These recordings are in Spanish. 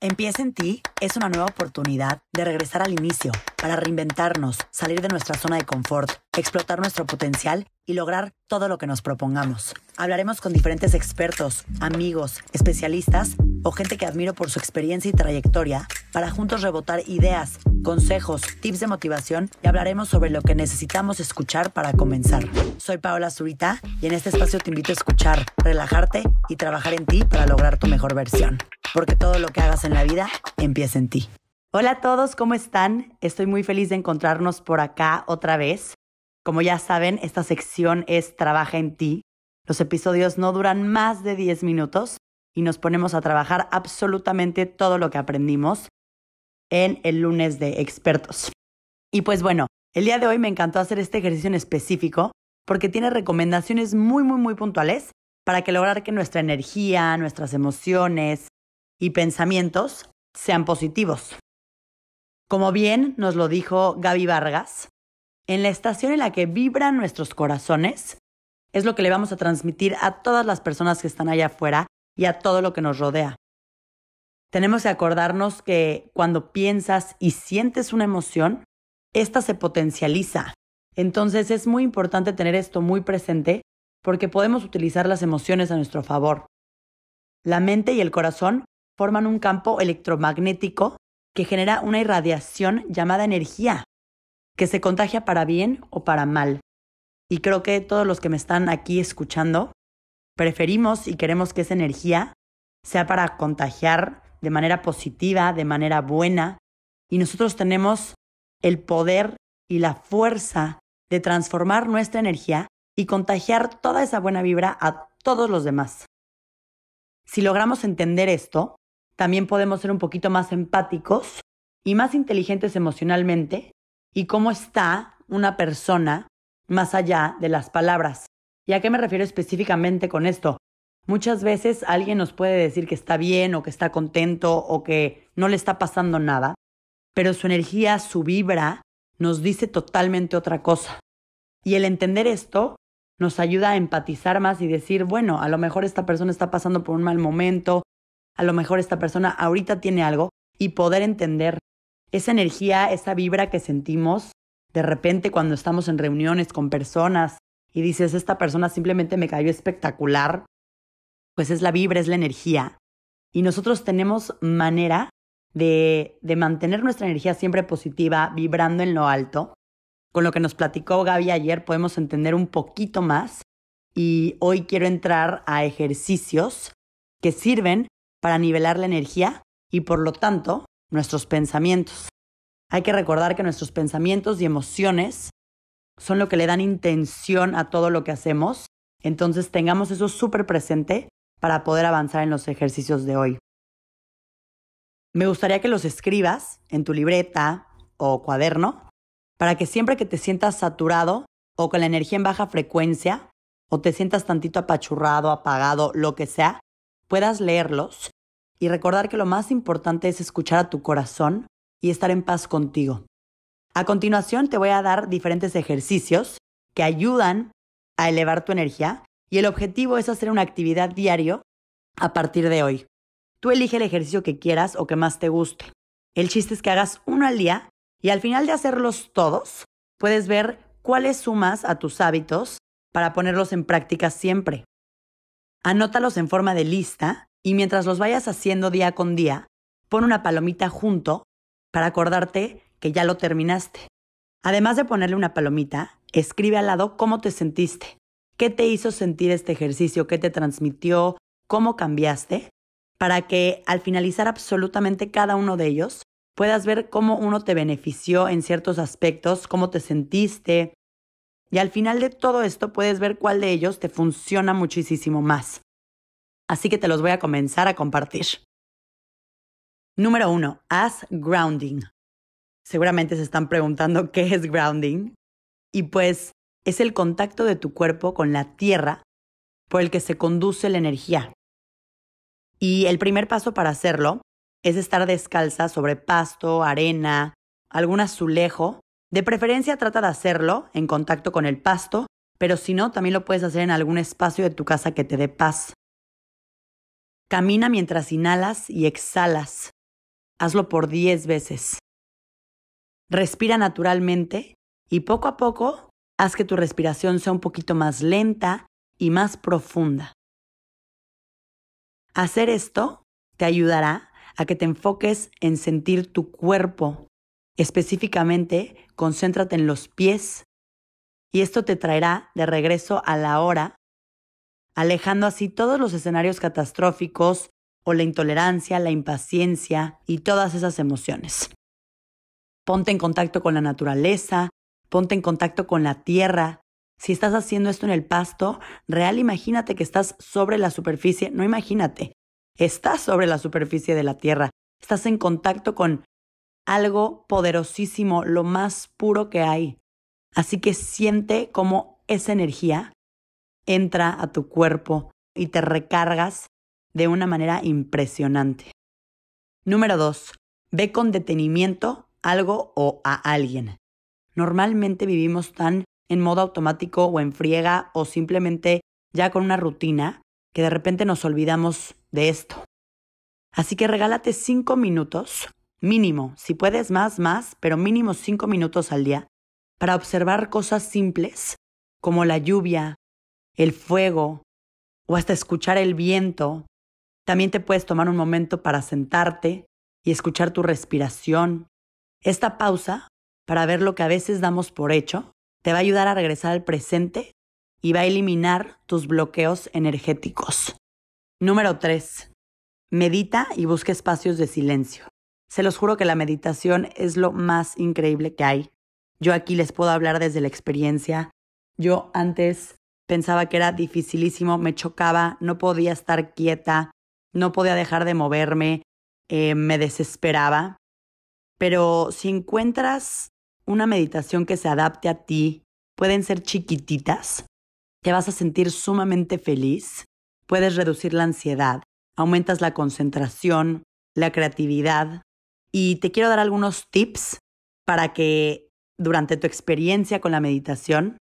Empieza en ti es una nueva oportunidad de regresar al inicio, para reinventarnos, salir de nuestra zona de confort, explotar nuestro potencial y lograr todo lo que nos propongamos. Hablaremos con diferentes expertos, amigos, especialistas o gente que admiro por su experiencia y trayectoria para juntos rebotar ideas, consejos, tips de motivación y hablaremos sobre lo que necesitamos escuchar para comenzar. Soy Paola Zurita y en este espacio te invito a escuchar, relajarte y trabajar en ti para lograr tu mejor versión. Porque todo lo que hagas en la vida empieza en ti. Hola a todos, ¿cómo están? Estoy muy feliz de encontrarnos por acá otra vez. Como ya saben, esta sección es Trabaja en ti. Los episodios no duran más de 10 minutos y nos ponemos a trabajar absolutamente todo lo que aprendimos en el lunes de expertos. Y pues bueno, el día de hoy me encantó hacer este ejercicio en específico porque tiene recomendaciones muy puntuales para que lograr que nuestra energía, nuestras emociones y pensamientos sean positivos. Como bien nos lo dijo Gaby Vargas, en la estación en la que vibran nuestros corazones es lo que le vamos a transmitir a todas las personas que están allá afuera y a todo lo que nos rodea. Tenemos que acordarnos que cuando piensas y sientes una emoción, esta se potencializa. Entonces es muy importante tener esto muy presente porque podemos utilizar las emociones a nuestro favor. La mente y el corazón forman un campo electromagnético que genera una irradiación llamada energía, que se contagia para bien o para mal. Y creo que todos los que me están aquí escuchando preferimos y queremos que esa energía sea para contagiar de manera positiva, de manera buena. Y nosotros tenemos el poder y la fuerza de transformar nuestra energía y contagiar toda esa buena vibra a todos los demás. Si logramos entender esto, también podemos ser un poquito más empáticos y más inteligentes emocionalmente y cómo está una persona más allá de las palabras. ¿Y a qué me refiero específicamente con esto? Muchas veces alguien nos puede decir que está bien o que está contento o que no le está pasando nada, pero su energía, su vibra, nos dice totalmente otra cosa. Y el entender esto nos ayuda a empatizar más y decir, bueno, a lo mejor esta persona está pasando por un mal momento, a lo mejor esta persona ahorita tiene algo y poder entender esa energía, esa vibra que sentimos de repente cuando estamos en reuniones con personas y dices, esta persona simplemente me cayó espectacular, pues es la vibra, es la energía. Y nosotros tenemos manera de mantener nuestra energía siempre positiva, vibrando en lo alto. Con lo que nos platicó Gaby ayer podemos entender un poquito más y hoy quiero entrar a ejercicios que sirven para nivelar la energía y por lo tanto nuestros pensamientos. Hay que recordar que nuestros pensamientos y emociones son lo que le dan intención a todo lo que hacemos, entonces tengamos eso súper presente para poder avanzar en los ejercicios de hoy. Me gustaría que los escribas en tu libreta o cuaderno para que siempre que te sientas saturado o con la energía en baja frecuencia o te sientas tantito apachurrado, apagado, lo que sea, puedas leerlos y recordar que lo más importante es escuchar a tu corazón y estar en paz contigo. A continuación te voy a dar diferentes ejercicios que ayudan a elevar tu energía y el objetivo es hacer una actividad diario a partir de hoy. Tú elige el ejercicio que quieras o que más te guste. El chiste es que hagas uno al día y al final de hacerlos todos, puedes ver cuáles sumas a tus hábitos para ponerlos en práctica siempre. Anótalos en forma de lista y mientras los vayas haciendo día con día, pon una palomita junto para acordarte que ya lo terminaste. Además de ponerle una palomita, escribe al lado cómo te sentiste, qué te hizo sentir este ejercicio, qué te transmitió, cómo cambiaste, para que al finalizar absolutamente cada uno de ellos, puedas ver cómo uno te benefició en ciertos aspectos, cómo te sentiste. Y al final de todo esto puedes ver cuál de ellos te funciona muchísimo más. Así que te los voy a comenzar a compartir. Número 1. Haz grounding. Seguramente se están preguntando qué es grounding. Y pues es el contacto de tu cuerpo con la tierra por el que se conduce la energía. Y el primer paso para hacerlo es estar descalza sobre pasto, arena, algún azulejo. De preferencia trata de hacerlo en contacto con el pasto, pero si no, también lo puedes hacer en algún espacio de tu casa que te dé paz. Camina mientras inhalas y exhalas. Hazlo por 10 veces. Respira naturalmente y poco a poco haz que tu respiración sea un poquito más lenta y más profunda. Hacer esto te ayudará a que te enfoques en sentir tu cuerpo. Específicamente, concéntrate en los pies y esto te traerá de regreso a la hora, alejando así todos los escenarios catastróficos o la intolerancia, la impaciencia y todas esas emociones. Ponte en contacto con la naturaleza, ponte en contacto con la tierra. Si estás haciendo esto en el pasto, imagínate que estás sobre la superficie, no imagínate, estás sobre la superficie de la tierra, estás en contacto con algo poderosísimo, lo más puro que hay. Así que siente cómo esa energía entra a tu cuerpo y te recargas de una manera impresionante. Número 2. Ve con detenimiento algo o a alguien. Normalmente vivimos tan en modo automático o en friega o simplemente ya con una rutina que de repente nos olvidamos de esto. Así que regálate 5 minutos, mínimo, si puedes más, pero mínimo 5 minutos al día para observar cosas simples como la lluvia, el fuego o hasta escuchar el viento. También te puedes tomar un momento para sentarte y escuchar tu respiración. Esta pausa, para ver lo que a veces damos por hecho, te va a ayudar a regresar al presente y va a eliminar tus bloqueos energéticos. Número 3. Medita y busca espacios de silencio. Se los juro que la meditación es lo más increíble que hay. Yo aquí les puedo hablar desde la experiencia. Yo antes pensaba que era dificilísimo, me chocaba, no podía estar quieta, no podía dejar de moverme, me desesperaba. Pero si encuentras una meditación que se adapte a ti, pueden ser chiquititas, te vas a sentir sumamente feliz, puedes reducir la ansiedad, aumentas la concentración, la creatividad. Y te quiero dar algunos tips para que durante tu experiencia con la meditación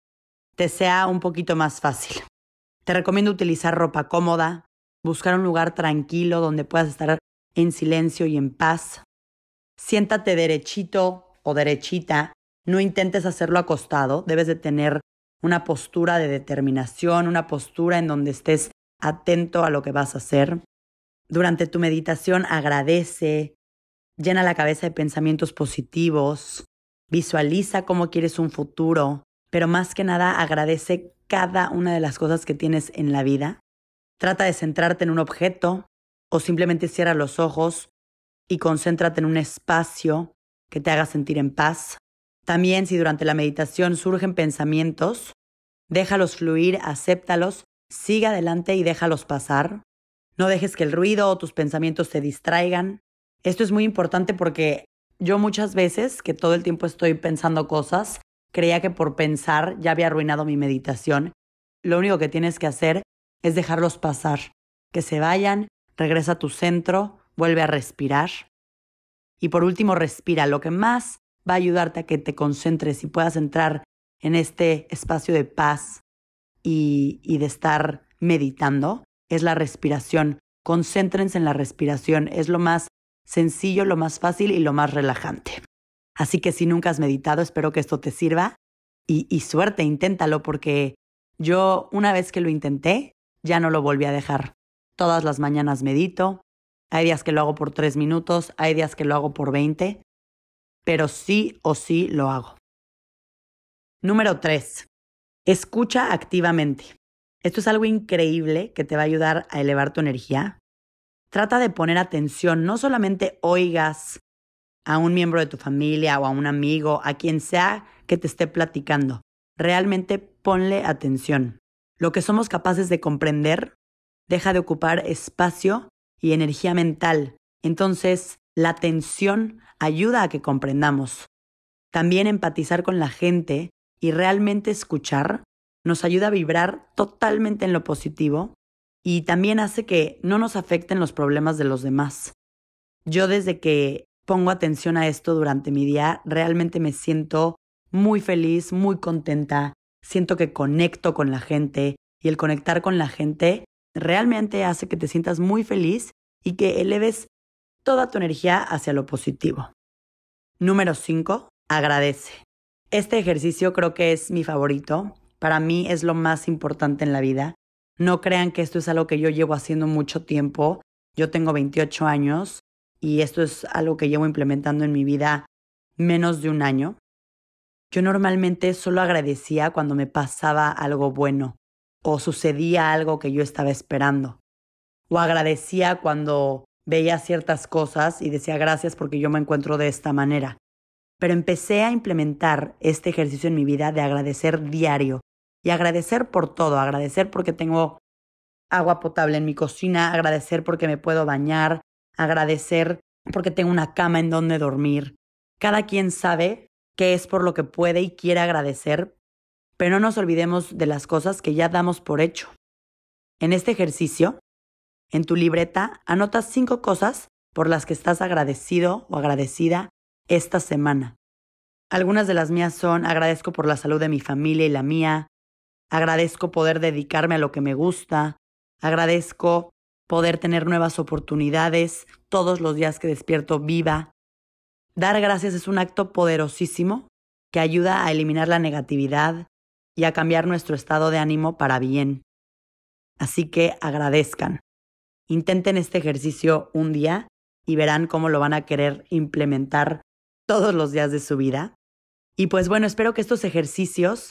te sea un poquito más fácil. Te recomiendo utilizar ropa cómoda, buscar un lugar tranquilo donde puedas estar en silencio y en paz. Siéntate derechito o derechita, no intentes hacerlo acostado, debes de tener una postura de determinación, una postura en donde estés atento a lo que vas a hacer. Durante tu meditación agradece, llena la cabeza de pensamientos positivos, visualiza cómo quieres un futuro, pero más que nada agradece cada una de las cosas que tienes en la vida. Trata de centrarte en un objeto o simplemente cierra los ojos y concéntrate en un espacio que te haga sentir en paz. También si durante la meditación surgen pensamientos, déjalos fluir, acéptalos, sigue adelante y déjalos pasar. No dejes que el ruido o tus pensamientos te distraigan. Esto es muy importante porque yo muchas veces, que todo el tiempo estoy pensando cosas, creía que por pensar ya había arruinado mi meditación. Lo único que tienes que hacer es dejarlos pasar, que se vayan, regresa a tu centro, vuelve a respirar. Y por último, respira. Lo que más va a ayudarte a que te concentres y puedas entrar en este espacio de paz y de estar meditando es la respiración. Concéntrense en la respiración. Es lo más sencillo, lo más fácil y lo más relajante. Así que si nunca has meditado, espero que esto te sirva y suerte, inténtalo porque yo una vez que lo intenté, ya no lo volví a dejar. Todas las mañanas medito. Hay días que lo hago por 3 minutos, hay días que lo hago por 20, pero sí o sí lo hago. Número 3. Escucha activamente. Esto es algo increíble que te va a ayudar a elevar tu energía. Trata de poner atención, no solamente oigas a un miembro de tu familia o a un amigo, a quien sea que te esté platicando. Realmente ponle atención. Lo que somos capaces de comprender deja de ocupar espacio y energía mental. Entonces, la atención ayuda a que comprendamos. También empatizar con la gente y realmente escuchar nos ayuda a vibrar totalmente en lo positivo y también hace que no nos afecten los problemas de los demás. Yo desde que pongo atención a esto durante mi día, realmente me siento muy feliz, muy contenta. Siento que conecto con la gente y el conectar con la gente realmente hace que te sientas muy feliz y que eleves toda tu energía hacia lo positivo. Número 5, agradece. Este ejercicio creo que es mi favorito. Para mí es lo más importante en la vida. No crean que esto es algo que yo llevo haciendo mucho tiempo. Yo tengo 28 años y esto es algo que llevo implementando en mi vida menos de un año. Yo normalmente solo agradecía cuando me pasaba algo bueno o sucedía algo que yo estaba esperando. O agradecía cuando veía ciertas cosas y decía gracias porque yo me encuentro de esta manera. Pero empecé a implementar este ejercicio en mi vida de agradecer diario y agradecer por todo, agradecer porque tengo agua potable en mi cocina, agradecer porque me puedo bañar, agradecer porque tengo una cama en donde dormir. Cada quien sabe qué es por lo que puede y quiere agradecer, pero no nos olvidemos de las cosas que ya damos por hecho. En este ejercicio, en tu libreta, anota 5 cosas por las que estás agradecido o agradecida esta semana. Algunas de las mías son: agradezco por la salud de mi familia y la mía, agradezco poder dedicarme a lo que me gusta, agradezco poder tener nuevas oportunidades todos los días que despierto viva. Dar gracias es un acto poderosísimo que ayuda a eliminar la negatividad y a cambiar nuestro estado de ánimo para bien. Así que agradezcan. Intenten este ejercicio un día y verán cómo lo van a querer implementar todos los días de su vida. Y pues bueno, espero que estos ejercicios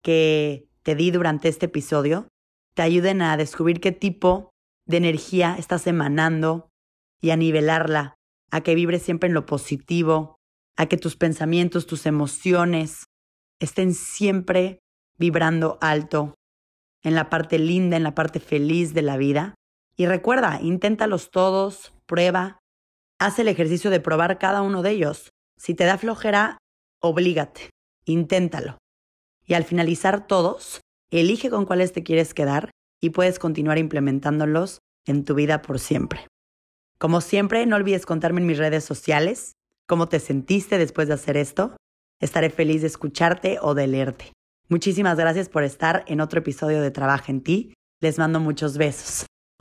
que te di durante este episodio te ayuden a descubrir qué tipo de energía estás emanando y a nivelarla, a que vibres siempre en lo positivo, a que tus pensamientos, tus emociones estén siempre vibrando alto, en la parte linda, en la parte feliz de la vida. Y recuerda, inténtalos todos, prueba, haz el ejercicio de probar cada uno de ellos. Si te da flojera, oblígate, inténtalo. Y al finalizar todos, elige con cuáles te quieres quedar y puedes continuar implementándolos en tu vida por siempre. Como siempre, no olvides contarme en mis redes sociales cómo te sentiste después de hacer esto. Estaré feliz de escucharte o de leerte. Muchísimas gracias por estar en otro episodio de Trabaja en Ti. Les mando muchos besos.